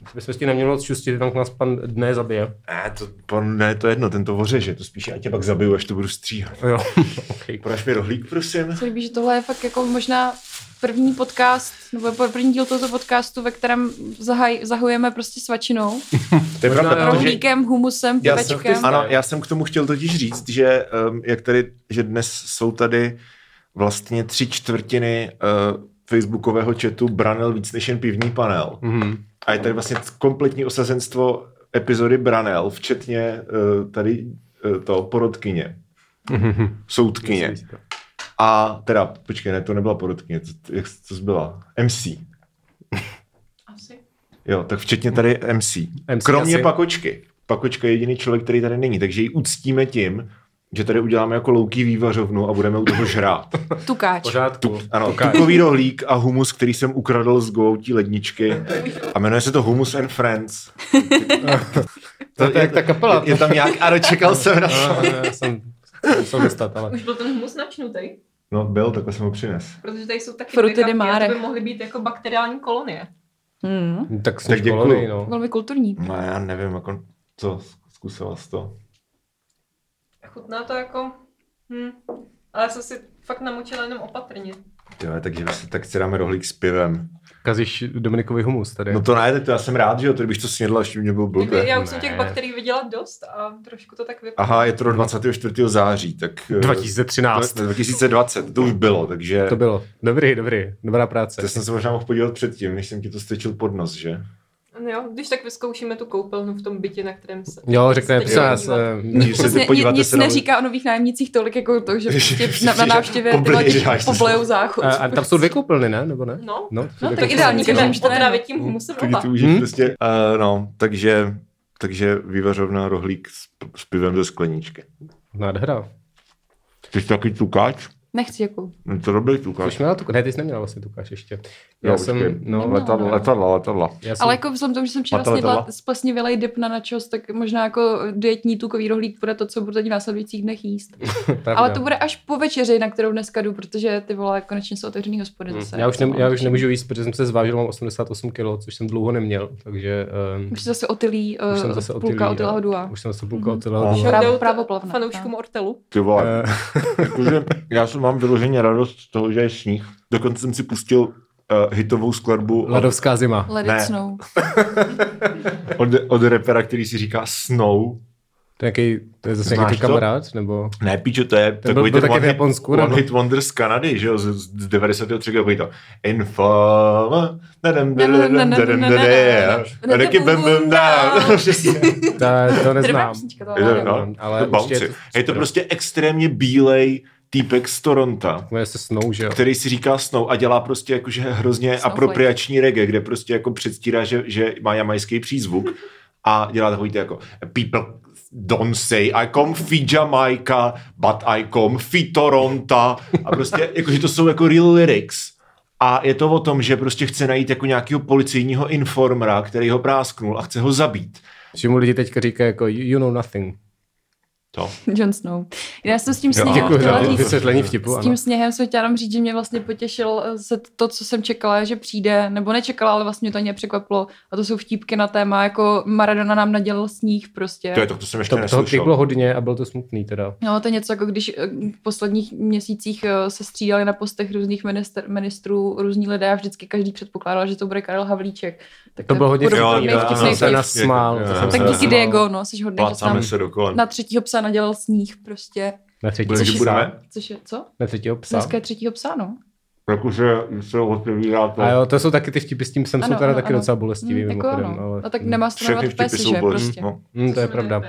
Bychom s tím neměli moc čustit, jinak nás pan dne zabije. Ne, to je jedno, ten to ořeže, to spíš já tě pak zabiju, až to budu stříhat. Jo, okay. Podáš mi rohlík, prosím? Se líbí, že tohle je fakt jako možná první podcast, nebo první díl tohoto podcastu, ve kterém zahujeme prostě svačinou. To je pravda, rohlíkem, humusem, pivečkem. Ano, já jsem k tomu chtěl totiž říct, že jak tady, že dnes jsou tady vlastně 3/4 facebookového chatu Branel víc než jen pivní panel. Mm-hmm. A je tady vlastně kompletní osazenstvo epizody Branel, včetně tady to porodkyně, soudkyně. A teda, počkej, ne, to nebyla porodkyně, jak to byla? MC. Asi. Jo, tak včetně tady MC. Kromě asi. Pakočky. Pakočka je jediný člověk, který tady není, takže ji uctíme tím, že tady uděláme jako louký vývařovnu a budeme u toho žrát. Tukáč. Pořádku. Ano, tukový rohlík a humus, který jsem ukradl z goutí ledničky. A jmenuje se to Humus and Friends. To je jak ta kapela. Je tam nějak, ano, čekal jsem na to. Jsem dostat, ale... Už byl ten humus načnutý? No, byl, takhle jsem ho přines. Protože tady jsou taky Fruity di backupy, mare. to by mohly být jako bakteriální kolonie. Tak jsem školený, no. Velmi kulturní. No, já nevím, jako, co zkusila jsi to. Chutná to jako... Ale já jsem si fakt namočila jenom opatrně. Jo, takže tak si dáme rohlík s pivem. Kazíš Dominikový humus tady. No to ne, to já jsem rád, že jo, tady bych to snědla, až mě bylo blbě. Já už jsem těch bakterií viděla dost a trošku to tak vypadá. Aha, je to 24. září, tak... 2013. 2020, to už bylo, takže... To bylo. Dobrý, dobrá práce. To jsem se možná mohl podívat předtím, než jsem ti to strčil pod nos, že? No jo, když tak vyzkoušíme tu koupelnu v tom bytě, na kterém se... Jo, řekne, Nic neříká o nových nájemnicích tolik jako to, že prostě na návštěvě poblejou záchod. A tam jsou 2 koupelny, ne? Nebo ne? No tak ideální, že můžeme potrávit tím humusem oba. Prostě, no, takže vyvařovná rohlík s pivem ze skleničky. Nádhera. Ty jsi taky tukáč? Nechci jako. No to dobrý tukáč. Jsi měla tukáč? Ne, ty jsi neměla vlastně tukáč ještě. Já jsem, letadla. Ale jako vzhledem tomu, že jsem včera snědla splesnivělej dip na nachos, tak možná jako dietní tukový rohlík bude to, co budu teď v následujících dnech jíst. Ale to bude až po večeři, na kterou dneska jdu, protože ty vole konečně jsou otevřený hospody zase. Já už nemůžu jíst, protože jsem se zvážil, mám 88 kg, což jsem dlouho neměl, takže... Už jsem zase otylý, půlka otylého dua. Už jsem zase půlka otylého dua. Právoplavná. Fanouškům Ortelu. Ty vole, jakože já mám vyloženě radost z toho, že je sníh. Dokonce jsem si pustil hitovou skladbu Ledovská zima. Let it snow. od rapera, který si říká Snow. To je zase nějaký kamarád, nebo... Ne, píčo, to je takový ten one hit wonder z Kanady, že jo, z 93. takový to Info. To neznám. Ale je to prostě extrémně bílej týpek z Toronto, který si říká Snow a dělá prostě jakože hrozně apropriační reggae, kde prostě jako předstírá, že má jamajský přízvuk a dělá takový to jako people don't say I come from Jamaica, but I come from Toronto a prostě jakože to jsou jako real lyrics. A je to o tom, že prostě chce najít jako nějakého policejního informera, který ho prásknul a chce ho zabít. Že mu lidi teďka říkají jako you know nothing. To. Jon Snow. Já jsem s tím sněhem s tím sněhem jsem chtěla říct, že mě vlastně potěšil se to, co jsem čekala, že přijde, nebo nečekala, ale vlastně to mě překvapilo. A to jsou vtípky na téma, jako Maradona nám nadělal sníh prostě. To jsem ještě neslyšel. Toho bylo hodně a bylo to smutný teda. No, to je něco, jako když v posledních měsících se střídali na postech různých ministrů různí lidé a vždycky každý předpokládal, že to bude Karel Havlíček. Tak to bylo hodně se nasmál. Tak díky Diego, no, jsi hodný, že se na 3. psa nadělal sníh prostě. Na 3. psa? Což je, co? Na 3. psa? Dneska je 3. psa, no. Jakože se otevírá to. A jo, to jsou taky ty vtipy s tím jsem jsou teda taky docela bolestivý mimochodem. Ale... A tak nemá se jmenovat pes, že? Prostě. To je pravda.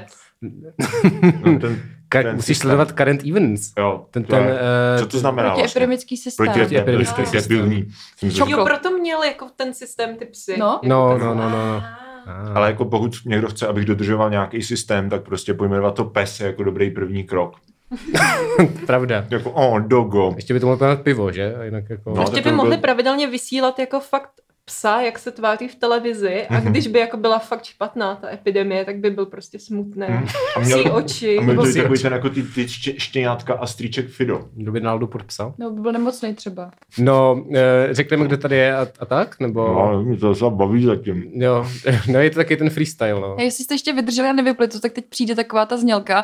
Musíš sledovat current events. Jo, co to znamená vlastně? Protiepidemický systém. Protiepidemický systém. Jo, proto měl jako ten systém ty psy. No. Ale jako pokud někdo chce, abych dodržoval nějaký systém, tak prostě pojmenovat to pes jako dobrý první krok. Pravda. Jako dogo. Ještě by to mohlo pojmenovat pivo, že? A jinak jako... Ještě by mohli pravidelně vysílat jako fakt psa, jak se tváří v televizi a když by jako byla fakt špatná ta epidemie, tak by byl prostě smutný. Psí oči. A měl to takový ten jako ty štěňátka a strýček Fido. Kdo by náladu pod psa? No, by byl nemocnej třeba. No, řekneme, kdo tady je a tak? Nebo... No, mě to se baví zatím. Jo, no je to taky ten freestyle, no. A jestli jste ještě vydrželi a nevypli to, tak teď přijde taková ta znělka.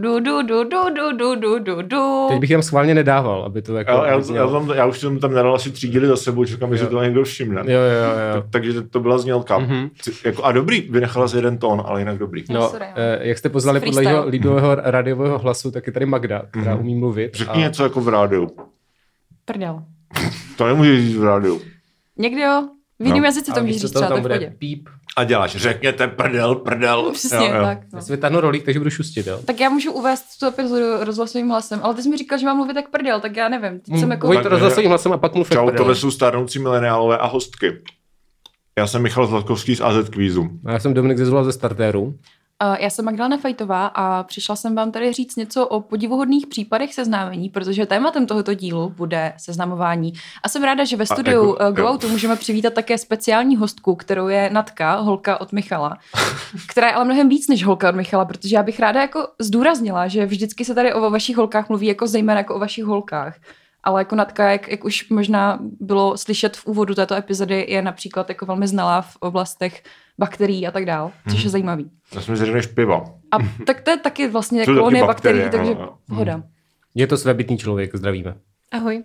Teď bych jim schválně nedával, aby to jako... Já už jsem tam nedal asi 3 díly za sebou, čekám, že to někdo všimne. Jo. Takže to byla znělka. Jako, a dobrý, vynechala z jeden tón, ale jinak dobrý. No, jak jste poznali podle jeho líbivého rádiového hlasu, tak je tady Magda, která umí mluvit. Řekni něco jako v rádiu. Prdel. To nemůžeš říct v rádiu. Někdy jo. V jiném jazyce to můžeš říct třeba, tak bude píp. A děláš, řekněte prdel. Přesně tak. No. Já si vytáhnu rolík, takže budu šustit, jo. Tak já můžu uvést tu epizodu rozhlasovým hlasem, ale ty jsi mi říkal, že mám mluvit tak prdel, tak já nevím. Teď jsem jako... Vojt rozhlasovým hlasem a pak mluv prdel. Tohle jsou stárnoucí mileniálové a hostky. Já jsem Michal Zlatkovský z AZ Kvízu. A já jsem Dominik Zezula ze Startéru. Já jsem Magdalena Fajtová a přišla jsem vám tady říct něco o podivuhodných případech seznámení, protože tématem tohoto dílu bude seznamování. A jsem ráda, že ve studiu Go Outu můžeme přivítat také speciální hostku, kterou je Natka, holka od Michala, která je ale mnohem víc než holka od Michala, protože já bych ráda jako zdůraznila, že vždycky se tady o vašich holkách mluví jako zejména jako o vašich holkách. Ale jako Natka, jak už možná bylo slyšet v úvodu této epizody, je například jako velmi znalá v oblastech bakterií a tak dál, což je zajímavý. Já jsem zřejmě než piva. A tak to je taky vlastně kolonie bakterií, takže pohoda. Je to svébytný člověk, zdravíme. Ahoj.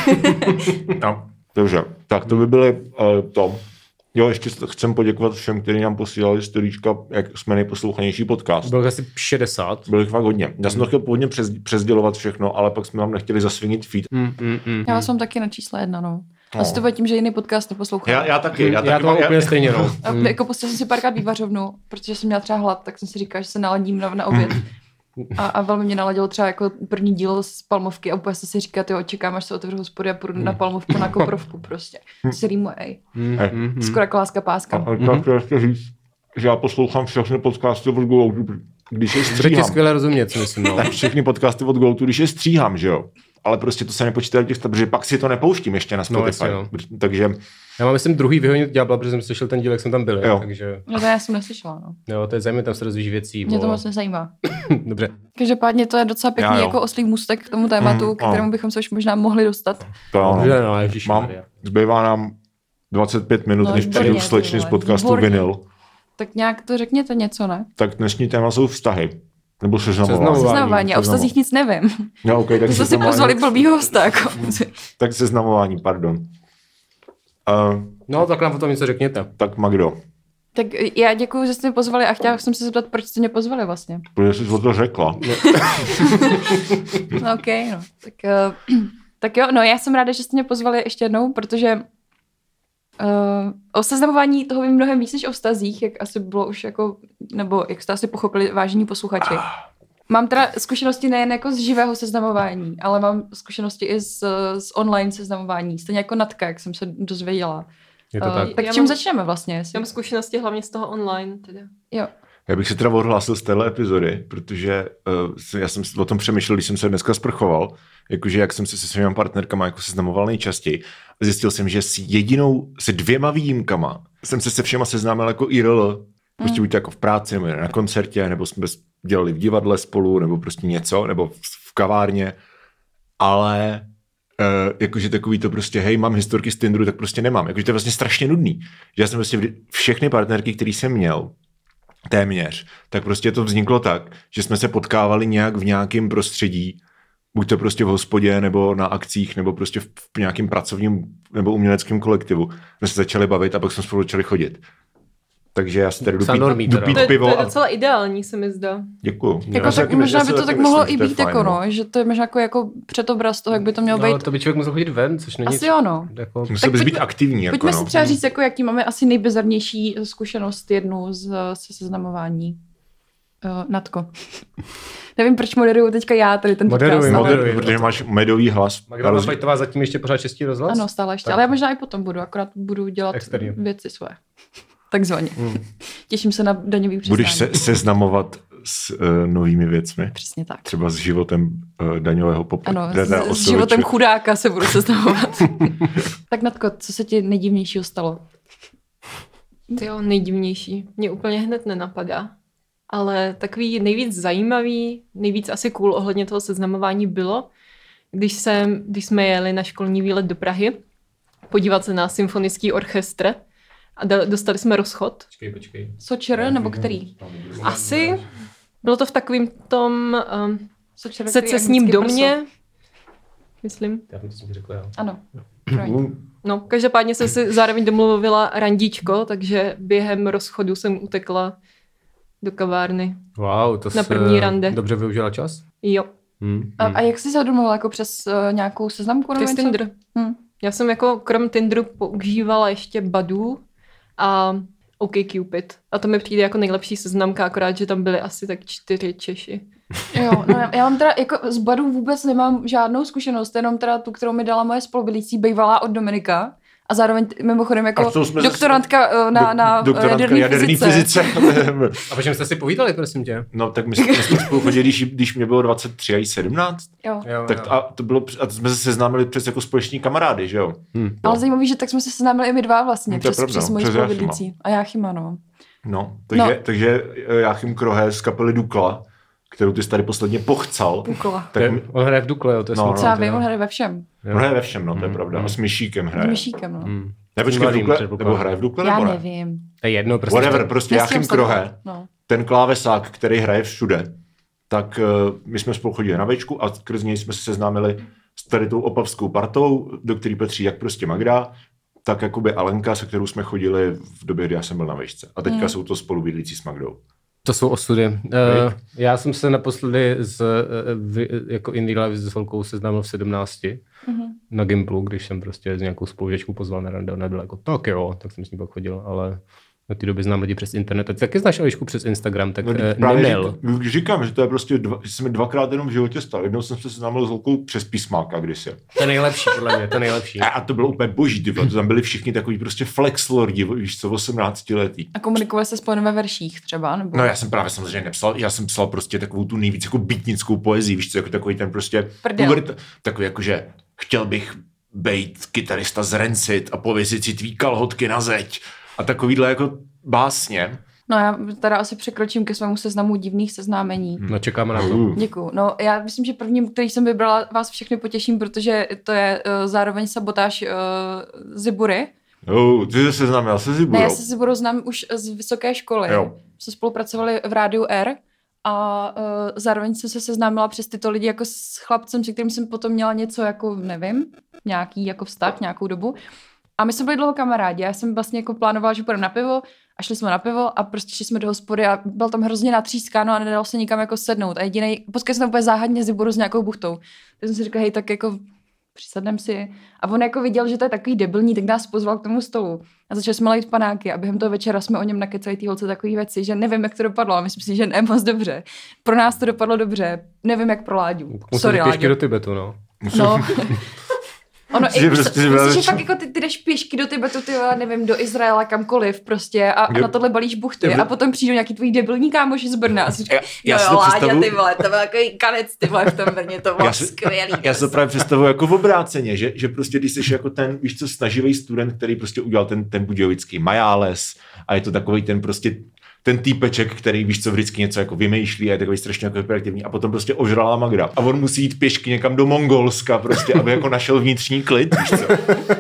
No, dobře, tak to by byly to. Jo, ještě chcem poděkovat všem, kteří nám posílali storíčka, jak jsme nejposlouchanější podcast. Bylo asi 60. Bylo jich fakt hodně. Já jsem to chtěl původně přesdělovat všechno, ale pak jsme vám nechtěli zasvinit feed. Já vás mám taky na čísle 1, no. Asi to bude tím, že jiný podcast neposlouchám. Já taky. Já to mám úplně stejně, no. Jako pustil jsem si párkrát vývařovnu, protože jsem měla třeba hlad, tak jsem si říkala, že se naladím na oběd. A velmi mě naladilo třeba jako první díl z Palmovky a úplně se si říkat, jo, čekám, až se otevřu hospody a půjdu na Palmovku na Koprovku prostě. Celý moje, skoro jako láska páska. A tak chci říct, že já poslouchám všechny podcasty od Go Outu, když je stříhám. Bude ti skvěle rozumět, si myslím, no. Všechny podcasty od Go Outu, když je stříhám, že jo. Ale prostě to se nepočítá těch, protože pak si to nepouštím ještě na Spotify. No. Takže... Já mám, myslím, druhý vyhodnit ďábla, protože jsem slyšel ten díl, jak jsem tam byl. Takže... No to já jsem neslyšela, no. Jo, to je zajímavé, tam se dozvíš věcí. Mě to moc nezajímá. Dobře. Každopádně to je docela pěkný jako oslý můstek k tomu tématu, k kterému bychom se už možná mohli dostat. Zbývá nám 25 minut, než přijdu slečny z podcastu Vinyl. Tak nějak to řekněte něco, ne? Tak dnešní téma jsou vztahy. Nebo seznamování. A o vztazích nic nevím. No, okay, tak to jste si pozvali blbýho hosta. Jako. Tak seznamování, pardon. No, tak nám o tom něco řekněte. Tak Magdo. Tak já děkuju, že jste mě pozvali a chtěla jsem se zeptat, proč jste mě pozvali vlastně. Protože jsi o to řekla. No, okej, no. Tak jo, no já jsem ráda, že jste mě pozvali ještě jednou, protože o seznamování toho vím mnohem víc než o vztazích, jak asi bylo už jako, nebo jak jste asi pochopili, vážení posluchači. Mám teda zkušenosti nejen jako z živého seznamování, ale mám zkušenosti i z online seznamování, stejně jako Natka, jak jsem se dozvěděla. Je to tak? Tak čím začneme vlastně? Mám zkušenosti hlavně z toho online teda. Jo. Já bych se teda odhlásil z téhle epizody, protože já jsem o tom přemýšlel, když jsem se dneska sprchoval, jakože jak jsem se se svými partnerkama jako seznamoval nejčastěji. A zjistil jsem, že se 2 výjimkama jsem se všema seznámil jako IRL. Prostě buď jako v práci, nebo na koncertě, nebo jsme dělali v divadle spolu, nebo prostě něco, nebo v kavárně. Ale jakože takový to prostě, hej, mám historky z Tinderu, tak prostě nemám. Jakože to je vlastně strašně nudný. Že já jsem prostě všechny partnerky, které jsem měl, téměř, tak prostě to vzniklo tak, že jsme se potkávali nějak v nějakém prostředí, buď to prostě v hospodě, nebo na akcích, nebo prostě v nějakém pracovním nebo uměleckém kolektivu. Jsme se začali bavit a pak jsme spolu začali chodit. Takže já si tady jdu pít pivo. To je docela ideální, se mi zdá. Děkuju. Jako tak možná by to tak mohlo i být, jako no, že to je možná jako předobraz toho, jak by to mělo být. To by člověk musel chodit ven, což není. Asi jo, no. Musel bys být aktivní. Pojďme si třeba říct, jako jaký máme asi nejbizarnější zkušenost jednu se seznamování. Natko. Nevím, proč moderuju teďka já tady ten podcast. Moderuji, protože máš medový hlas. Magdalena Fajtová zatím ještě pořád Český rozhlas? Ano, stále ještě, tak. Ale já možná i potom akorát budu dělat věci svoje. Takzvaně. Těším se na daňový přiznání. Budeš se seznamovat s novými věcmi? Přesně tak. Třeba s životem daňového poplatníka. Ano, s životem chudáka se budu seznamovat. Tak Natko, co se ti nejdivnějšího stalo Jo, nejdivnější. Mě úplně hned nenapadá. Ale takový nejvíc zajímavý, nejvíc asi cool ohledně toho seznamování bylo, když jsme jeli na školní výlet do Prahy podívat se na symfonický orchestr a dostali jsme rozchod. Počkej. Sočer nebo který? Asi bylo to v takovým tom secesním domě, myslím. Já jsem řekl, jo. Ano. No, každopádně jsem si zároveň domluvila randíčko, takže během rozchodu jsem utekla do kavárny. Wow, to na první rande. Dobře využila čas? Jo. A jak jsi se domluvila, jako přes nějakou seznamku? Přes Tinder. Já jsem jako krom Tinderu používala ještě Badoo a OkCupid. A to mi přijde jako nejlepší seznamka, akorát, že tam byly asi tak 4 Češi. Jo, no já mám teda, jako z Badoo vůbec nemám žádnou zkušenost, jenom teda tu, kterou mi dala moje spolubydlící, bývalá od Dominika. A zároveň mimochodem jako doktorantka na jaderné fyzice. A počem jste si povídali, prosím tě? No tak my jsme spolu chodili, když mě bylo 23 a 17. Jo. Tak a to bylo, a jsme se seznámili přes jako společní kamarády, že jo? Ale zajímavý, že tak jsme se seznámili i my dva vlastně, přes moji spolubydlící. A Jáchyma, no. No, takže Jáchym Krohe z kapely Dukla, kterou ty jsi tady posledně pochcal. Tak on hraje v Dukle, jo, to je třeba vím, on hraje ve všem. On hraje ve všem, no, to je pravda. A s Myšíkem hraje. S Myšíkem, no. Nepočkej, v Dukle, nebo hraje v Dukle, já nebo ne? nevím. To je jedno, prostě. Whatever, prostě Jáchym Krohe, ten klávesák, který hraje všude, tak my jsme spolu chodili na večku a skrz něj jsme se seznámili s tady tou opavskou partou, do který patří jak prostě Magda, tak jakoby Alenka, se kterou jsme chodili v době, kdy já jsem byl na vešce. A teďka jsou to spolubydlící s Magdou. To jsou osudy. Já jsem se naposledy jako Indie Live s holkou seznámil v 17 na Gimplu, když jsem prostě s nějakou spolužečkou pozval na rande. Ona byla jako, tak jo, tak jsem s ní pak chodil, ale na té době znám lidi přes internet. A ty taky znáš Elišku přes Instagram, tak nemail. Říkám, že to je prostě, že se mi dvakrát jenom v životě stalo. Jednou jsem se seznámil s holkou přes písmáka kdysi. To je nejlepší, podle mě, to je nejlepší. A to bylo úplně boží, ty to tam byli všichni takový prostě flexlordi, víš co, 18letý. A komunikovali se spolu ve verších třeba, nebo? No já jsem právě samozřejmě nepsal, já jsem psal prostě takovou tu nejvíc jako beatnickou poezii, víš co, jako takový ten prostě takový jakože chtěl bych bejt kytarista z Rancid a pověsit si tvý kalhotky na zeď. A takovýhle jako básně. No já teda asi překročím ke svému seznamu divných seznámení. No čekáme na to. Děkuju. No já myslím, že prvním, který jsem vybrala, vás všechny potěším, protože to je zároveň sabotáž Zibury. Ty se seznámila se Ziburou? Ne, já se Ziburu znám už z vysoké školy. Jo. Jsme spolupracovali v Rádiu R a zároveň jsem se seznámila přes tyto lidi jako s chlapcem, se kterým jsem potom měla něco jako, nevím, nějaký jako vztah, nějakou dobu. A my jsme byli dlouho kamarádi. Já jsem vlastně jako plánovala, že půjdeme na pivo a šli jsme na pivo a prostě šli jsme do hospody a byl tam hrozně natřískáno a nedalo se nikam jako sednout. A jedinej, potkali jsme úplně záhadně Ziburu s nějakou buchtou. Tak jsem si říkala, hej, tak jako přisadneme si. A on jako viděl, že to je takový debilní, tak nás pozval k tomu stolu. A začali jsme lejt panáky a během toho večera jsme o něm nakecali ty holce takové věci, že nevím, jak to dopadlo, ale myslím si, že ne moc dobře. Pro nás to dopadlo dobře. Nevím, jak pro Láďu. Sorry, Láďu. Do Tibetu, no. Ono, že fakt jako ty jdeš pěšky do Tibetu, ty nevím, do Izraela, kamkoliv prostě a na tohle balíš buchty a potom přijdou nějaký tvojí debilní kámoši z Brna a si říkají, Láďa, ty vole, to byl takový kanec, ty vole, v tom Brně, to bylo skvělý. Já se to právě představuji jako v obráceně, že prostě když jsi jako ten, víš co, snaživý student, který prostě udělal ten budějovický Majáles a je to takový ten prostě ten týpeček, který víš co vždycky něco jako vymýšlí a je takový strašně jako hyperaktivní a potom prostě ožrala Magda. A on musí jít pěšky někam do Mongolska prostě, aby jako našel vnitřní klid, víš co.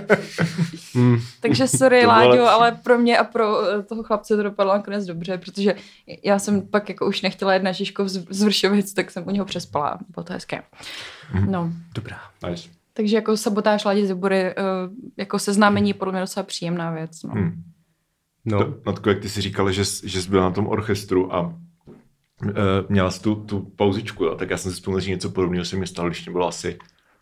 Takže sorry, Láďo, ale pro mě a pro toho chlapce to dopadlo nakonec dobře, protože já jsem pak jako už nechtěla jít na Žižkov z Vršovic, tak jsem u něho přespala. Bylo to hezké. No. Dobrá. Nice. Takže jako sabotáž Ládě Zibury, jako seznámení je podle mě docela příjemná věc. No. No. Natko, jak ty si říkala, že jsi byla na tom orchestru a měla jsi tu pauzičku, jo? Tak já jsem si vzpomněl, že něco podobného se mi stalo, když mě bylo asi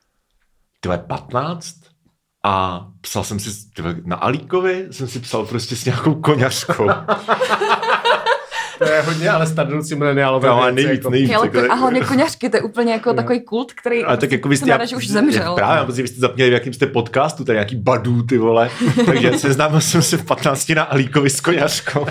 15 a psal jsem si na Alíkovi, jsem si psal prostě s nějakou koňařkou. To je hodně, ale starnoucí mileniálové věci. Nejvíc. A hlavně koňařky, to je úplně jako takový kult, který ale tak jako vy jste, že už zemřel. Právě, protože vy jste zapněli v jakým jste podcastu, tady nějaký Badoo, ty vole. Takže seznámil jsem se v 15 na Alíkovi s koňařkou.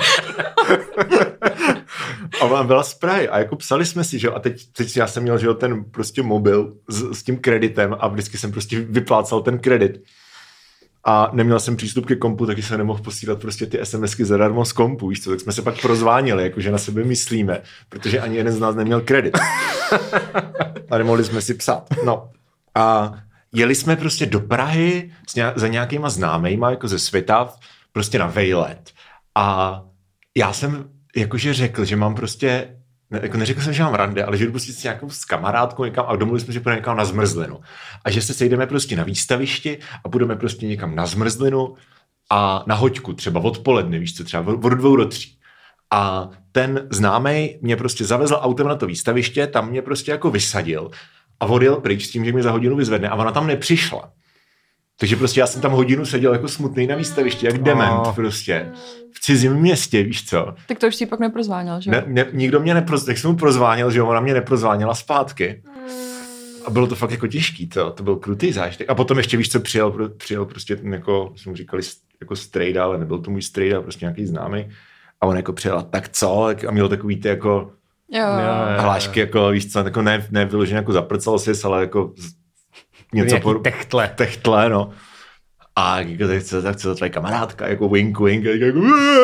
A ona byla z Prahy a jako psali jsme si, že jo, a teď já jsem měl, že jo, ten prostě mobil s tím kreditem a vždycky jsem prostě vyplácal ten kredit. a neměl jsem přístup ke kompu, taky jsem nemohl posílat prostě ty SMSky zadarmo z kompu, víš co, tak jsme se pak prozvánili, jakože na sebe myslíme, protože ani jeden z nás neměl kredit. A nemohli jsme si psát. No. A jeli jsme prostě do Prahy za nějakýma známejma, jako ze světa, prostě na vejlet. A já jsem jakože řekl, že mám prostě, jako neřekl jsem, že mám rande, ale že jdu prostě s nějakou s kamarádkou někam a domluvili jsme, že půjdeme někam na zmrzlinu. A že se sejdeme prostě na výstavišti a půjdeme prostě někam na zmrzlinu a na hoďku, třeba odpoledne, víš co, třeba od 2 do 3. A ten známej mě prostě zavezl autem na to výstaviště, tam mě prostě jako vysadil a odjel pryč s tím, že mě za hodinu vyzvedne a ona tam nepřišla. Takže prostě já jsem tam hodinu seděl jako smutný na výstavišti, jak dement prostě. V cizím městě, víš co. Tak to už si pak neprozváněl, že? Nikdo mě tak jsem mu prozváněl, že ona mě neprozváněla zpátky. A bylo to fakt jako těžký, to byl krutý zážitek. A potom ještě, víš co, přijel prostě ten jako, jsme mu říkali jako strejda, ale nebyl to můj strejda, prostě nějaký známý. A on jako přijel, tak co? A měl takový ty jako hlášky, jako víš co, jako ne vyloženě jako zaprcal jsi, ale jako něco techtle, no. A tak co tvoje kamarádka, jako wink, jako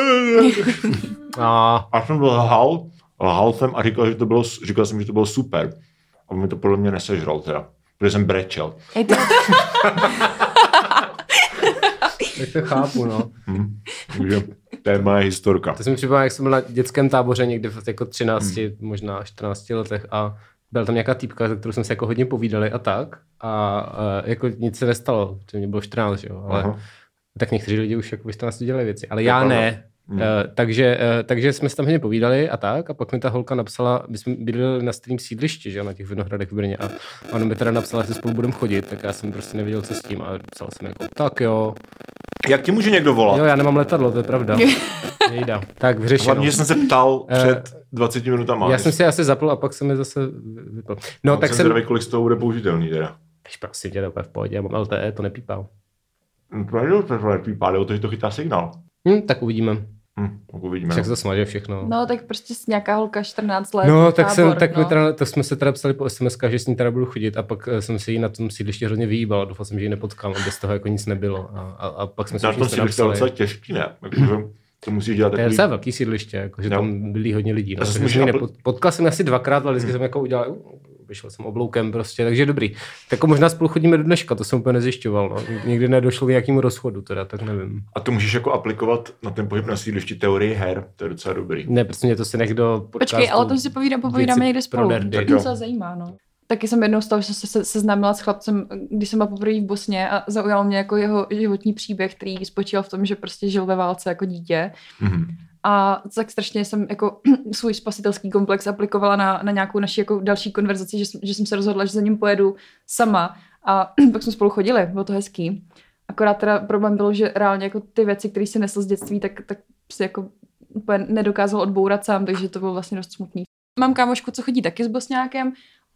a jsem byl lhal jsem a říkal jsem, že to bylo super. A mi to podle mě nesežral teda, protože jsem brečel. Tak to chápu, no. Takže to je moje historka. To jsem připomněl, jak jsem byl na dětském táboře někdy v jako 13, možná 14 letech a byla tam nějaká týpka, za kterou jsme se jako hodně povídali a tak. A jako nic se nestalo, protože mě bylo 14, jo. Ale tak někteří lidi už jako 14 dělali věci, ale já ne. Takže jsme se tam hodně povídali a tak. A pak mi ta holka napsala, my jsme bydleli na stejném sídlišti, že, na těch Vinohradech v Brně. A ona mi teda napsala, že spolu budeme chodit, tak já jsem prostě nevěděl, co s tím. A psal jsem jako, tak jo. Jak ti může někdo volat? Jo, já nemám letadlo, to je pravda. Nejda. Tak vyřešeno. Hlavně jsem se ptal před 20 minutama. Já jsem si asi zapl a pak jsem mi zase vypl. No, tak jsem zvědavý, kolik z toho bude použitelný teda. Prosím tě, to je v pohodě, já mám LTE, to nepípal. To nepípá, jde o to, že to chytá signál. Tak uvidíme. Však to smaže všechno. No, tak prostě nějaká holka 14 let. No, tak jsme se teda psali po SMS-kách, že s ní teda budu chodit a pak jsem se jí na tom sídlišti hrozně vyjíbal. Doufal jsem, že ji nepotkám a bez toho jako nic nebylo. A pak jsme se na tom sídliště je docela těžký, ne? To musíš dělat takový... To je velký sídliště, jako, že tam byli hodně lidí. No. Potkal jsem asi 2krát, ale vždycky jsem jako udělal, vyšel jsem obloukem prostě, takže dobrý. Tak jako možná spolu chodíme do dneška, to jsem úplně nezjišťoval. No. Nikdy nedošlo k nějakému rozchodu, teda, tak nevím. A to můžeš jako aplikovat na ten pohyb na sídlišti teorii her, to je docela dobrý. Ne, prostě to si nech do podcastu. Počkej, ale to si povídáme někde spolu. To mě docela zajímá, no. Taky jsem jednou stala, že jsem se seznámila s chlapcem, když jsem byla poprvé v Bosně a zaujal mě jako jeho životní příběh, který spočíval v tom, že prostě žil ve válce jako dítě. A tak strašně jsem jako svůj spasitelský komplex aplikovala na nějakou naši jako další konverzaci, že jsem se rozhodla, že za ním pojedu sama. A pak jsme spolu chodili, bylo to hezký. Akorát teda problém bylo, že reálně jako ty věci, které si nesl z dětství, tak si jako úplně nedokázal odbourat sám, takže to bylo vlastně dost smutný. Mám kámošku, co chodí taky s Bosňákem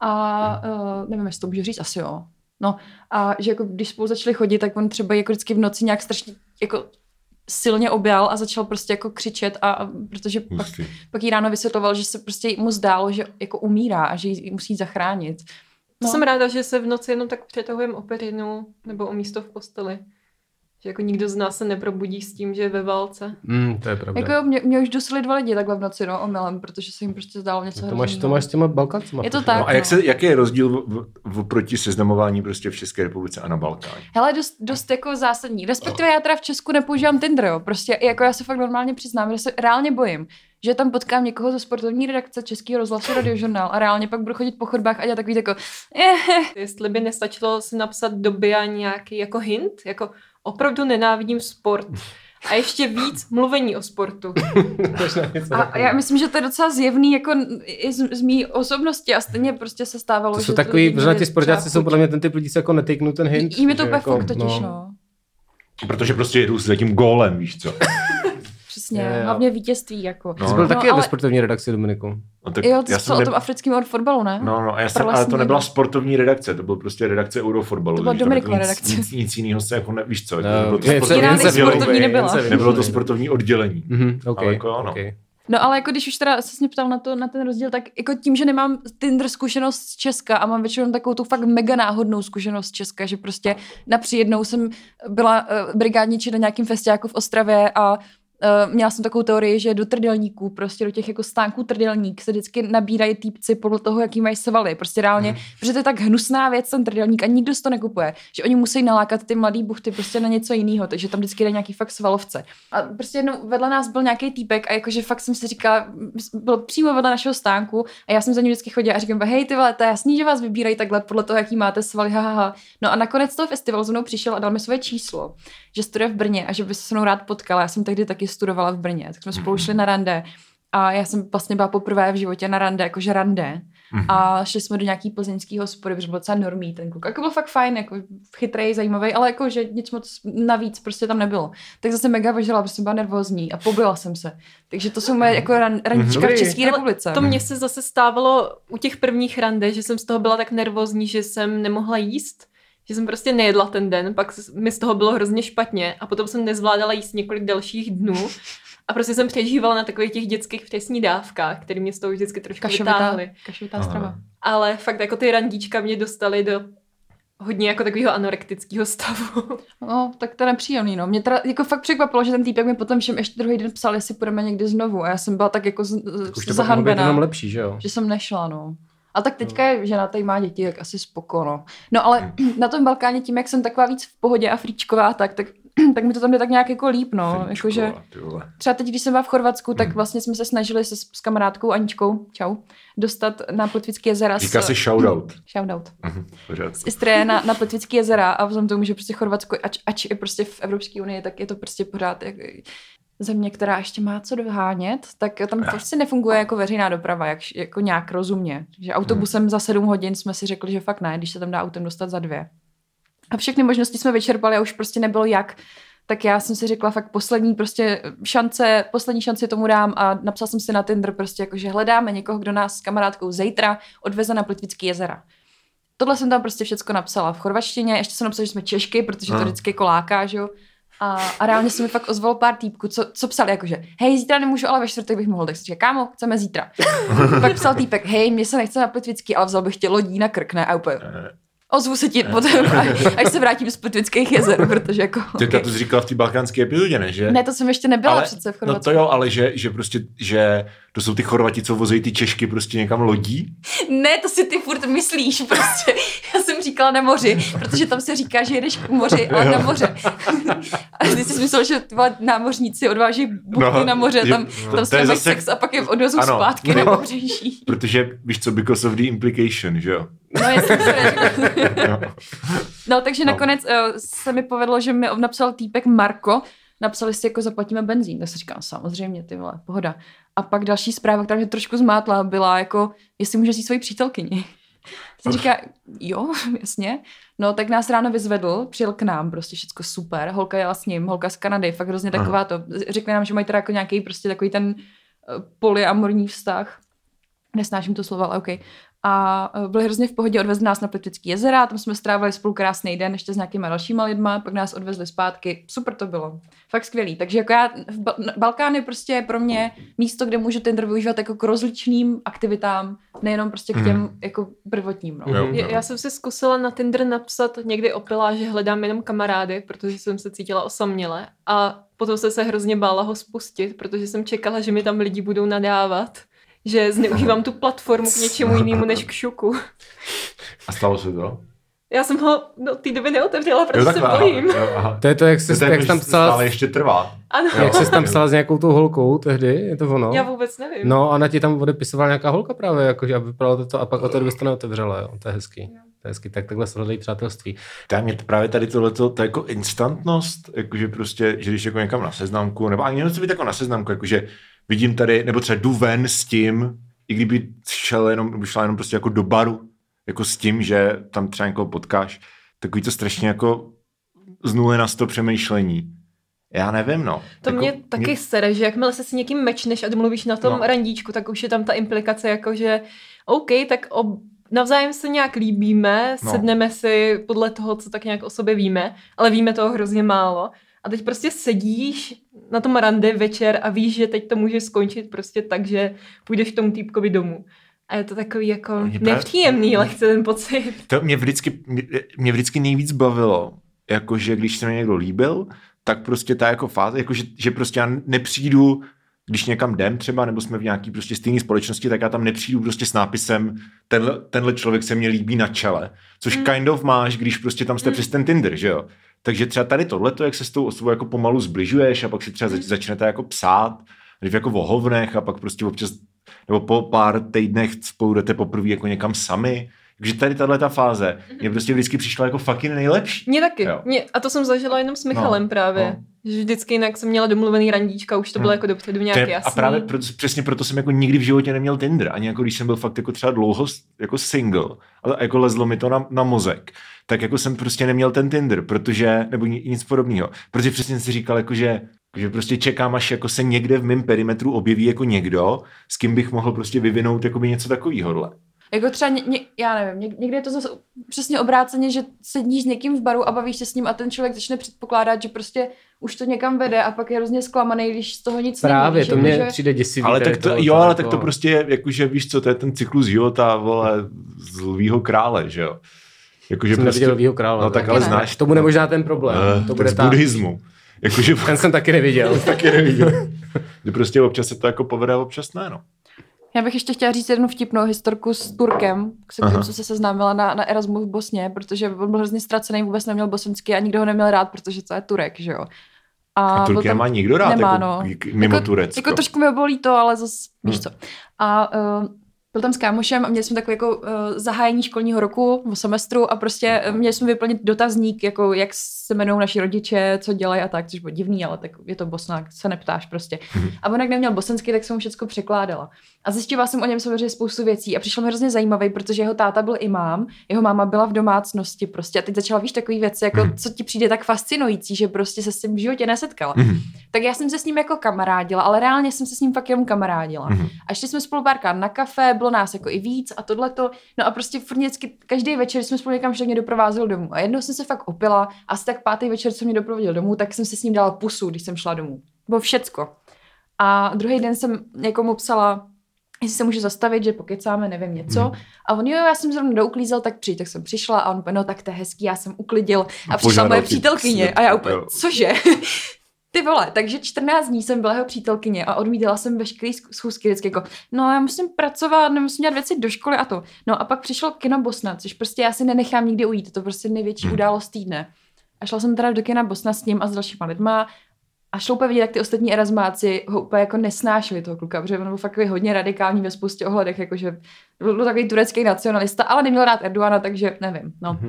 a nevím, jestli to můžu říct, asi jo. No a že jako když spolu začali chodit, tak on třeba jako vždycky v noci nějak strašně jako silně objal a začal prostě jako křičet a protože pak jí ráno vysvětloval, že se prostě mu zdálo, že jako umírá a že ji musí zachránit. No. Jsem ráda, že se v noci jenom tak přetahujeme o perinu nebo o místo v posteli. Že jako nikdo z nás se neprobudí s tím, že je ve válce. To je pravda. Jako mě už dusili 2 lidi takhle v noci, no, omylem, protože se jim prostě zdálo něco hrozného. To máš s těma Balkáncima. Je to tak, no. A jaký je rozdíl proti seznamování prostě v České republice a na Balkáně? Hele, dost jako zásadní. Respektive já teda v Česku nepoužívám Tinder, jo. Prostě jako já se fakt normálně přiznám, že se reálně bojím, že tam potkám někoho ze sportovní redakce Českého rozhlasu Radiožurnál a reálně pak budu chodit po chodbách a dělat takový jako Jestli by nestačilo si napsat do bio nějaký jako hint, jako opravdu nenávidím sport. A ještě víc mluvení o sportu. A já myslím, že to je docela zjevný jako i z mý osobnosti a stejně prostě se stávalo, to jsou takový, protože ti sportáci jsou podle mě ten typ lidí, co jako netejknou ten hint. Jím je to úplně fakt totiž, no. Protože prostě jedu s tím gólem, víš co. Přesně, hlavně vítězství jako. Jsi byl taky ve sportovní redakci, Dominiku. No, tak jo, to o tom africkým fotbalu, ne? No, ale to nebyla sportovní redakce, to byl prostě redakce Eurofotbalu. To byla Dominikova redakce. Nic jiného se jako nevíš co. Nebylo to sportovní oddělení. Okay. No ale jako když už teda se mě ptal na ten rozdíl, tak jako tím, že nemám Tinder zkušenost z Česka a mám většinou takovou tu fakt mega náhodnou zkušenost z Česka, že prostě jednou jsem byla brigádniči na nějakým festiáku v Ostravě a měla jsem takovou teorii, že do trdelníků, prostě do těch jako stánků trdelník se vždycky nabírají týpci podle toho, jaký mají svaly. Prostě reálně, protože to je tak hnusná věc, ten trdelník a nikdo si to nekupuje, že oni musí nalákat ty mladý buchty prostě na něco jiného, takže tam vždycky jde nějaký fakt svalovce. A prostě jednou vedle nás byl nějaký týpek a jakože fakt jsem si říkala, byl přímo vedle našeho stánku a já jsem za ním vždycky chodila a říkám, hej ty vole, to je jasný, že vás vybírají takhle podle toho, jaký máte svaly, hahaha. No a nakonec toho festivalu za mnou přišel a dal mi svoje číslo, že studuje v Brně a že by se se mnou rád potkala. Já jsem tehdy taky studovala v Brně, tak jsme spolu šli na rande a já jsem vlastně byla poprvé v životě na rande, jakože rande a šli jsme do nějaký plzeňský hospody, protože byl docela normý ten kluk. Jako byl fakt fajn, jako chytrej, zajímavý, ale jakože nic moc navíc prostě tam nebylo. Tak zase mega važila, protože jsem byla nervózní a pobila jsem se. Takže to jsou moje jako randička v České republice. To mně se zase stávalo u těch prvních rande, že jsem z toho byla tak nervózní, že jsem nemohla jíst. Že jsem prostě nejedla ten den, pak mi z toho bylo hrozně špatně a potom jsem nezvládala jíst několik dalších dnů a prostě jsem přežívala na takových těch dětských přesní dávkách, které mě z toho vždycky trošku vytáhly. Kašovitá strava. Ale fakt jako ty randíčka mě dostaly do hodně jako takového anorektického stavu. No, tak to je nepříjemný, no. Mě teda jako fakt překvapilo, že ten týpek mi potom všem ještě druhý den psal, jestli půjdeme někdy znovu a já jsem byla tak jako zahanbená, lepší, že jo? Že jsem nešla, no. A tak teďka je žena, tady má děti, tak asi spokojno. No ale na tom Balkáně tím, jak jsem taková víc v pohodě a fríčková, tak mi to tam jde tak nějak jako líp, no. Jakože třeba teď, když jsem byla v Chorvatsku, tak vlastně jsme se snažili s kamarádkou Aničkou, čau, dostat na Plitvické jezera. Říká se shoutout. Shoutout. Z Istrie na Plitvické jezera a vzhledem tomu, že prostě Chorvatsko, ač je prostě v Evropské unii, tak je to prostě pořád země, která ještě má co dohánět, tak tam prostě nefunguje jako veřejná doprava, jako nějak rozumně. Že autobusem za 7 hodin jsme si řekli, že fakt ne, když se tam dá autem dostat za 2. A všechny možnosti jsme vyčerpali a už prostě nebylo jak. Tak já jsem si řekla fakt poslední šanci tomu dám a napsala jsem si na Tinder prostě jako, že hledáme někoho, kdo nás s kamarádkou zítra odveze na Plitvické jezera. Tohle jsem tam prostě všecko napsala v chorvačtině, ještě jsem napsala, že jsme Češky, protože to vždycky jako láká, že jo. A reálně se mi fakt ozvalo pár týpků, co psali jakože, hej, zítra nemůžu, ale ve čtvrtek bych mohl, tak si říkám, kámo, chceme zítra. Pak psal týpek, hej, mě se nechce na Plitvický, ale vzal bych tě lodí na Krk, ne? A úplně, ozvu se ti potom, až se vrátím z Plitvických jezer, protože jako... Ty to jsi říkala v té balkánské epizodě, ne? Že? Ne, to jsem ještě nebyla přece v Chorvatsku. No to jo, ale že prostě, že to jsou ty Chorvati, co vozejí ty Češky prostě někam lodí? Ne, to si ty furt myslíš prostě. Já jsem říkala na moři, protože tam se říká, že jedeš k moři, ale na moře. A ty jsi myslel, že námořníci odváží buchty na moře, tam se mají sex a pak je odvezou zpátky na pobřeží. Protože víš co, because of the implication, že jo? No, jasně se No, takže nakonec se mi povedlo, že mi napsal týpek Marko, napsali si jako zaplatíme benzín, tak se říkám, samozřejmě, ty vole, pohoda. A pak další zpráva, která mě trošku zmátla, byla jako, jestli můžeš jít svoji přítelkyni. Jsem říká, jo, jasně. No, tak nás ráno vyzvedl, přijel k nám, prostě všecko super, holka jela s ním, holka z Kanady, fakt hrozně taková to. Řekli nám, že mají teda jako nějaký prostě takový ten polyamorní vztah. Nesnáším to slovo, ale okej. A byli hrozně v pohodě, odvezli nás na Plitvické jezera, tam jsme strávili spolu krásný den, ještě s nějakýma dalšíma lidma, pak nás odvezli zpátky, super to bylo, fakt skvělý. Takže jako Balkán je prostě pro mě místo, kde můžu Tinder využívat jako k rozličným aktivitám, nejenom prostě k těm jako prvotním. No. Já jsem si zkusila na Tinder napsat někdy opila, že hledám jenom kamarády, protože jsem se cítila osaměle a potom jsem se hrozně bála ho spustit, protože jsem čekala, že mi tam lidi budou nadávat, že zneužívám tu platformu k něčemu jinému než k šuku. A stalo se to? Já jsem ho do té doby neotevřela, protože se bojím. To je to, jak tam psala... Stále ještě trvá. Ano. Jak jsi tam psala s nějakou tou holkou tehdy, je to ono? Já vůbec nevím. No, ona ti tam odepisovala nějaká holka právě, jakože, aby vypadalo to a pak o té době to neotevřela, jo. To je hezký. To je hezký, tak takhle se hledají přátelství. Mě právě tady tohleto, to jako instantnost, jakože prostě, že když jako někam na seznamku, nebo ani nemusí být jako na seznamku, jakože vidím tady, nebo třeba jdu ven s tím, i kdyby šla jenom prostě jako do baru, jako s tím, že tam třeba někoho potkáš, takový to strašně jako z 0 na 100 přemýšlení. Já nevím, no. To jako, mě taky sere, že jakmile se s někým mečneš a domluvíš na tom randíčku, tak už je tam ta implikace jako, že OK, tak navzájem se nějak líbíme, sedneme si podle toho, co tak nějak o sobě víme, ale víme toho hrozně málo. A teď prostě sedíš na tom rande večer a víš, že teď to může skončit prostě tak, že půjdeš k tomu týpkovi domů. A je to takový jako nepříjemný lehce ten pocit. To mě vždycky nejvíc bavilo, jakože když se mi někdo líbil, tak prostě ta jako fáze, jakože, že prostě já nepřijdu, když někam jdem třeba, nebo jsme v nějaký prostě stejné společnosti, tak já tam nepřijdu prostě s nápisem tenhle člověk se mě líbí na čele. Což kind of máš, když prostě tam jste přes ten Tinder, že jo? Takže třeba tady tohleto, jak se s tou osobou jako pomalu zbližuješ a pak si třeba začnete jako psát, jako o hovnech a pak prostě občas, nebo po pár týdnech spolu jdete poprvé jako někam sami. Takže tady tato fáze mě prostě vždycky přišla jako fucking nejlepší. Mně taky. A to jsem zažila jenom s Michalem právě. Že vždycky jinak jsem měla domluvený randíčka, už to bylo jako dopředu nějak jasný. A právě přesně proto jsem jako nikdy v životě neměl Tinder. Ani jako když jsem byl fakt jako třeba dlouho jako single, a jako lezlo mi to na mozek, tak jako jsem prostě neměl ten Tinder, protože, nebo nic podobného. Protože přesně jsem si říkal, jako, že prostě čekám, až jako se někde v mém perimetru objeví jako někdo, s kým bych mohl prostě vyvinout jakoby něco takovýhodle. Jako třeba, já nevím, někde je to zase přesně obráceně, že sedíš s někým v baru a bavíš se s ním a ten člověk začne předpokládat, že prostě už to někam vede a pak je hrozně zklamaný, když z toho nic právě, nevíš. Právě, to mě přijde děsivý. Ale tak to, jo, ale tak to prostě, jakože víš co, to je ten cyklus života, vole, z Lvího krále, že jo. Jakože jsem prostě, neviděl Lvího krále. No tak ale znáš. To bude možná ten problém. To bude z buddhismu. Jakože, ten jsem taky neviděl. Že prostě občas se to jako povede a občas ne, no. Já bych ještě chtěla říct jednu vtipnou historku s Turkem, se kterým jsem se seznámila na Erasmu v Bosně, protože on byl hrozně ztracený, vůbec neměl bosensky a nikdo ho neměl rád, protože to je Turek, že jo. A Turky nemá nikdo rád, nemá, jako, no. Mimo jako, Turecko. Jako trošku mi bolí to, ale zase víš co. A byl tam s kámošem a měli jsme takové jako zahájení školního roku v semestru a prostě měli jsme vyplnit dotazník, jako jak se jmenují naši rodiče, co dělají a tak, což bylo divný, ale tak je to Bosna, se neptáš prostě. A on jak neměl bosenský, tak jsem mu všechno překládala. A zjistila jsem o něm samozřejmě spoustu věcí a přišlo mi hrozně zajímavý, protože jeho táta byl imám, jeho máma byla v domácnosti prostě a teď začala víš takový věci, jako co ti přijde tak fascinující, že prostě se s tím v životě nesetkala. Tak já jsem se s ním jako kamarádila, ale reálně jsem se s ním fakt jenom kamarádila. A šli jsme spolu párkrát na kafe, bylo nás jako i víc a tohleto. No a prostě furt vždycky, každý večer jsme spolu někam šli, mě doprovázel domů. A jednou jsem se fakt opila, asi tak pátý večer, co mě doprovodil domů, tak jsem se s ním dala pusu, když jsem šla domů. Bylo všecko. A druhý den jsem někomu psala, jestli se může zastavit, že pokecáme, nevím něco. A on, jo, já jsem zrovna douklízel, tak přijď, tak jsem přišla a on, no tak to je hezký, já jsem uklidil a přišla moje přítelkyně a já úplně, cože? Ty vole, takže 14 dní jsem byla jeho přítelkyně a odmítala jsem veškerý schůzky vždycky jako, no já musím pracovat, nemusím dělat věci do školy a to. No a pak přišlo kino Bosna, což prostě já si nenechám nikdy ujít, to prostě největší událost týdne. A šla jsem teda do kina Bosna s ním a s dalšíma lidma a šlo úplně vidět, jak ty ostatní erasmáci ho úplně jako nesnášeli toho kluka, protože on byl fakt hodně radikální ve spoustě ohledech, jakože byl takový turecký nacionalista, ale neměl rád Erdogana, takže nevím, no.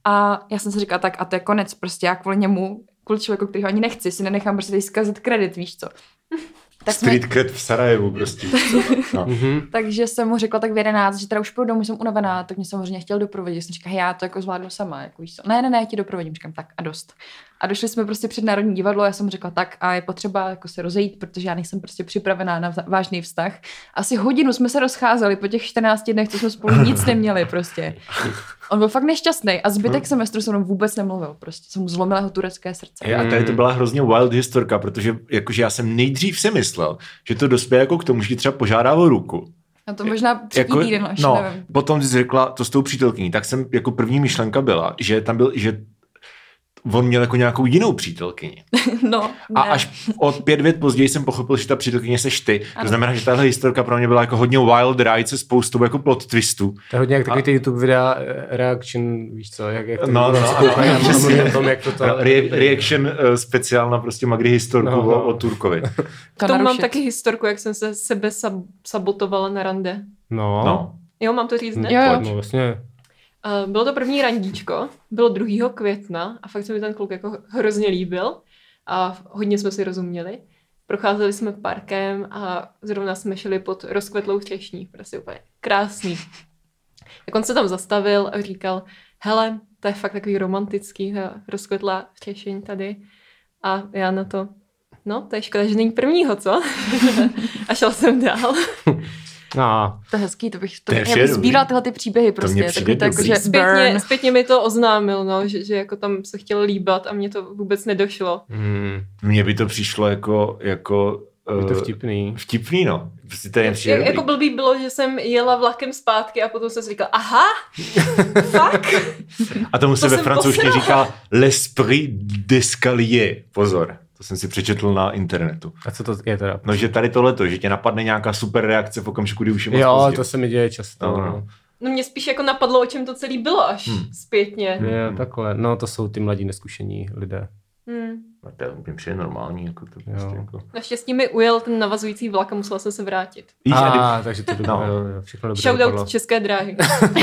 A já jsem si říkala, tak a to je konec, prostě já kvůli němu, kvůli člověku, kterýho ani nechci, si nenechám prostě tady zkazit kredit, víš co. Tak Street cred v Sarajevu prostě. No. Takže jsem mu řekla tak v 11, že teda už půjdu domů, jsem unavená, tak mě samozřejmě chtěl doprovodit. Jsem říkala, já to jako zvládnu sama, jako víš co. Ne, já ti doprovodím, říkám tak a dost. A došli jsme prostě před Národní divadlo, já jsem řekla tak a je potřeba jako se rozejít, protože já nejsem prostě připravená na vážný vztah. Asi hodinu jsme se rozcházeli po těch 14 dnech, co jsme spolu nic neměli prostě. On byl fakt nešťastný a zbytek semestru se mnou vůbec nemluvil, prostě jsem mu zlomila jeho turecké srdce. A tady to byla hrozně wild historka, protože jakože já jsem nejdřív si myslel, že to dospěje jako k tomu, že třeba požádá o ruku. A to možná třetí týden až, nevím. Potom jsi řekla to s tou přítelkyní, tak jsem jako první myšlenka byla, že tam byl, že on měl jako nějakou jinou přítelkyni. No, a až od 5 let později jsem pochopil, že ta přítelkyně seš ty. Ano. To znamená, že tahle historka pro mě byla jako hodně wild ride se spoustou jako plot twistů. To je hodně jak takový ty YouTube videa reaction, víš co, jak to no, o tom, jak to reaction speciál na prostě Magdy historku o Turkovi. K tomu mám taky historku, jak jsem se sebe sabotovala na rande. No. Jo, mám to říct, ne? Jo. No, vlastně. Bylo to první randíčko, bylo 2. května a fakt se mi ten kluk jako hrozně líbil a hodně jsme si rozuměli. Procházeli jsme parkem a zrovna jsme šli pod rozkvetlou třešní, prostě úplně krásný. Tak on se tam zastavil a říkal, hele, to je fakt takový romantický, ta rozkvetlá třešeň tady. A já na to, no, to je škoda, že není prvního, co? A šel jsem dál. To je hezký, to bych sbíral tyhle ty příběhy prostě. Takový tak, že zpětně mi to oznámil, no, že jako tam se chtěl líbat a mně to vůbec nedošlo. Mně by to přišlo jako je to vtipný. Vtipný, no. Jako blbý bylo, že jsem jela vlakem zpátky a potom jsem si říkal, aha, fuck. A tomu se ve francouzštině říká l'esprit d'escalier. Pozor. To jsem si přečetl na internetu. A co to je teda? No, že tady tohleto, že tě napadne nějaká super reakce v okamžiku, kdy už je moc pozdě. To se mi děje často. No mě spíš jako napadlo, o čem to celý bylo až zpětně. Takhle. No to jsou ty mladí neskušení lidé. A to mi přijde normální. Jako to prostě jako... Naštěstí mi ujel ten navazující vlak a musela jsem se vrátit. Takže to všechno dobře Shoutout České dráhy.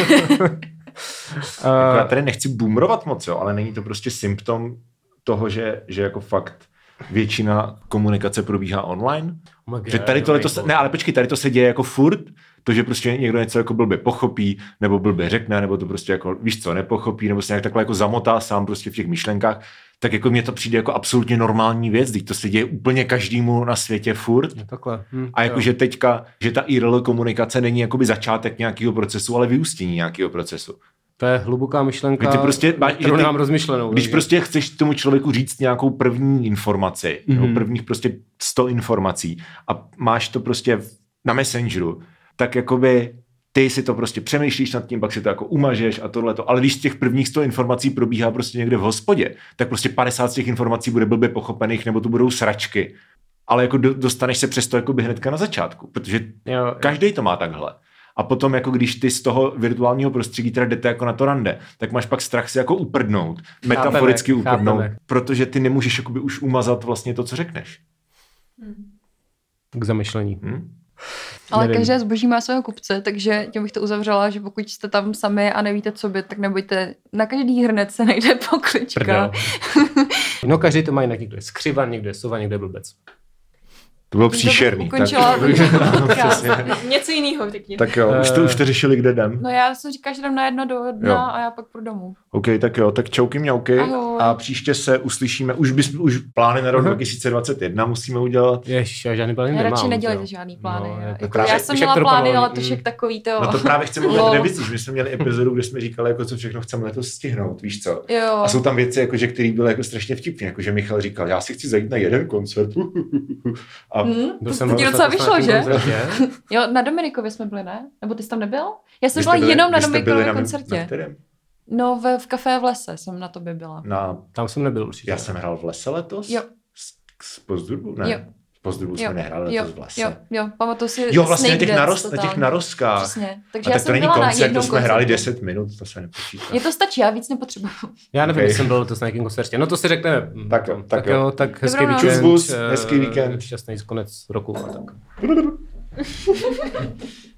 Já tady nechci boomrovat moc, jo, ale není to prostě symptom toho, že jako fakt většina komunikace probíhá online? Že tady ale počkej, tady to se děje jako furt, to, že prostě někdo něco jako blbě pochopí, nebo blbě řekne, nebo to prostě jako, víš co, nepochopí, nebo se nějak takhle jako zamotá sám prostě v těch myšlenkách, tak jako mně to přijde jako absolutně normální věc, teď to se děje úplně každému na světě furt. Takhle. A jakože teďka, že ta IRL komunikace není jakoby začátek nějakého procesu, ale vyústění nějakého procesu. To je hluboká myšlenka, kterou nemám rozmyšlenou. Když prostě chceš tomu člověku říct nějakou první informaci, nebo prvních prostě 100 informací a máš to prostě na Messengeru, tak jakoby ty si to prostě přemýšlíš nad tím, pak si to jako umažeš a tohleto, ale když z těch prvních 100 informací probíhá prostě někde v hospodě, tak prostě 50 z těch informací bude blbě pochopených, nebo to budou sračky. Ale jako dostaneš se přes to jakoby hnedka na začátku, protože každý to má takhle. A potom, jako když ty z toho virtuálního prostředí teda jdete jako na to rande, tak máš pak strach si jako uprdnout, metaforicky uprdnout, protože ty nemůžeš jakoby už umazat vlastně to, co řekneš. K zamyšlení. Ale nevím. Každé zboží má svého kupce, takže tím bych to uzavřela, že pokud jste tam sami a nevíte, co by, tak nebojte, na každý hrnec se najde poklička. No každý to má jinak, někdo je skřivan, někdo je sova, někdo je blbec. To bylo příšerný. Ukončila něco jiného, řekni. Tak jo, už to řešili, kde jdem. No já jsem říkala, že jdem na 1 do 1 a já pak půjdu domů. OK, tak jo, tak čauky mňauky. A příště se uslyšíme, už plány na rok 2021 musíme udělat. Ježiš, já žádný plány nemám. Já radši nedělejte žádný plány. Já jsem měla plány, ale to však takový to. No to právě chceme udělat revizi, že my jsme měli epizodu, kde jsme říkali, jako co všechno chceme letos stihnout, víš co? Jo. A jsou tam věci, jako, že které byly jako strašně vtipné, jako že Michal říkal, já si chci zajít na jeden koncert. A to ti docela vyšlo, že? Jo, na Dominikově jsme byli, ne? Nebo ty jsi tam nebyl? Já jsem byla jenom na Dominikově koncertě. Na kterém? No, v kafé v lese jsem na tobě byla. Tam jsem nebyl určitě. Já jsem hrál v lese letos? Jo. Z Pozdrubu? Ne. Jo. Z Pozdrubu jsme nehráli letos v lese. Jo, pamatuju si. Jo, vlastně na těch narostkách. Přesně. Takže a já tak to není koncert, to jsme hráli 10 minut, to se nepočítá. Mně to stačí, já víc nepotřebuji. Já nevím, jestli jsem byl letos na nějakém koncertě. No to si řekneme. Tak jo. Tak hezký víkend. Hezký víkend. Šťastný konec roku a tak.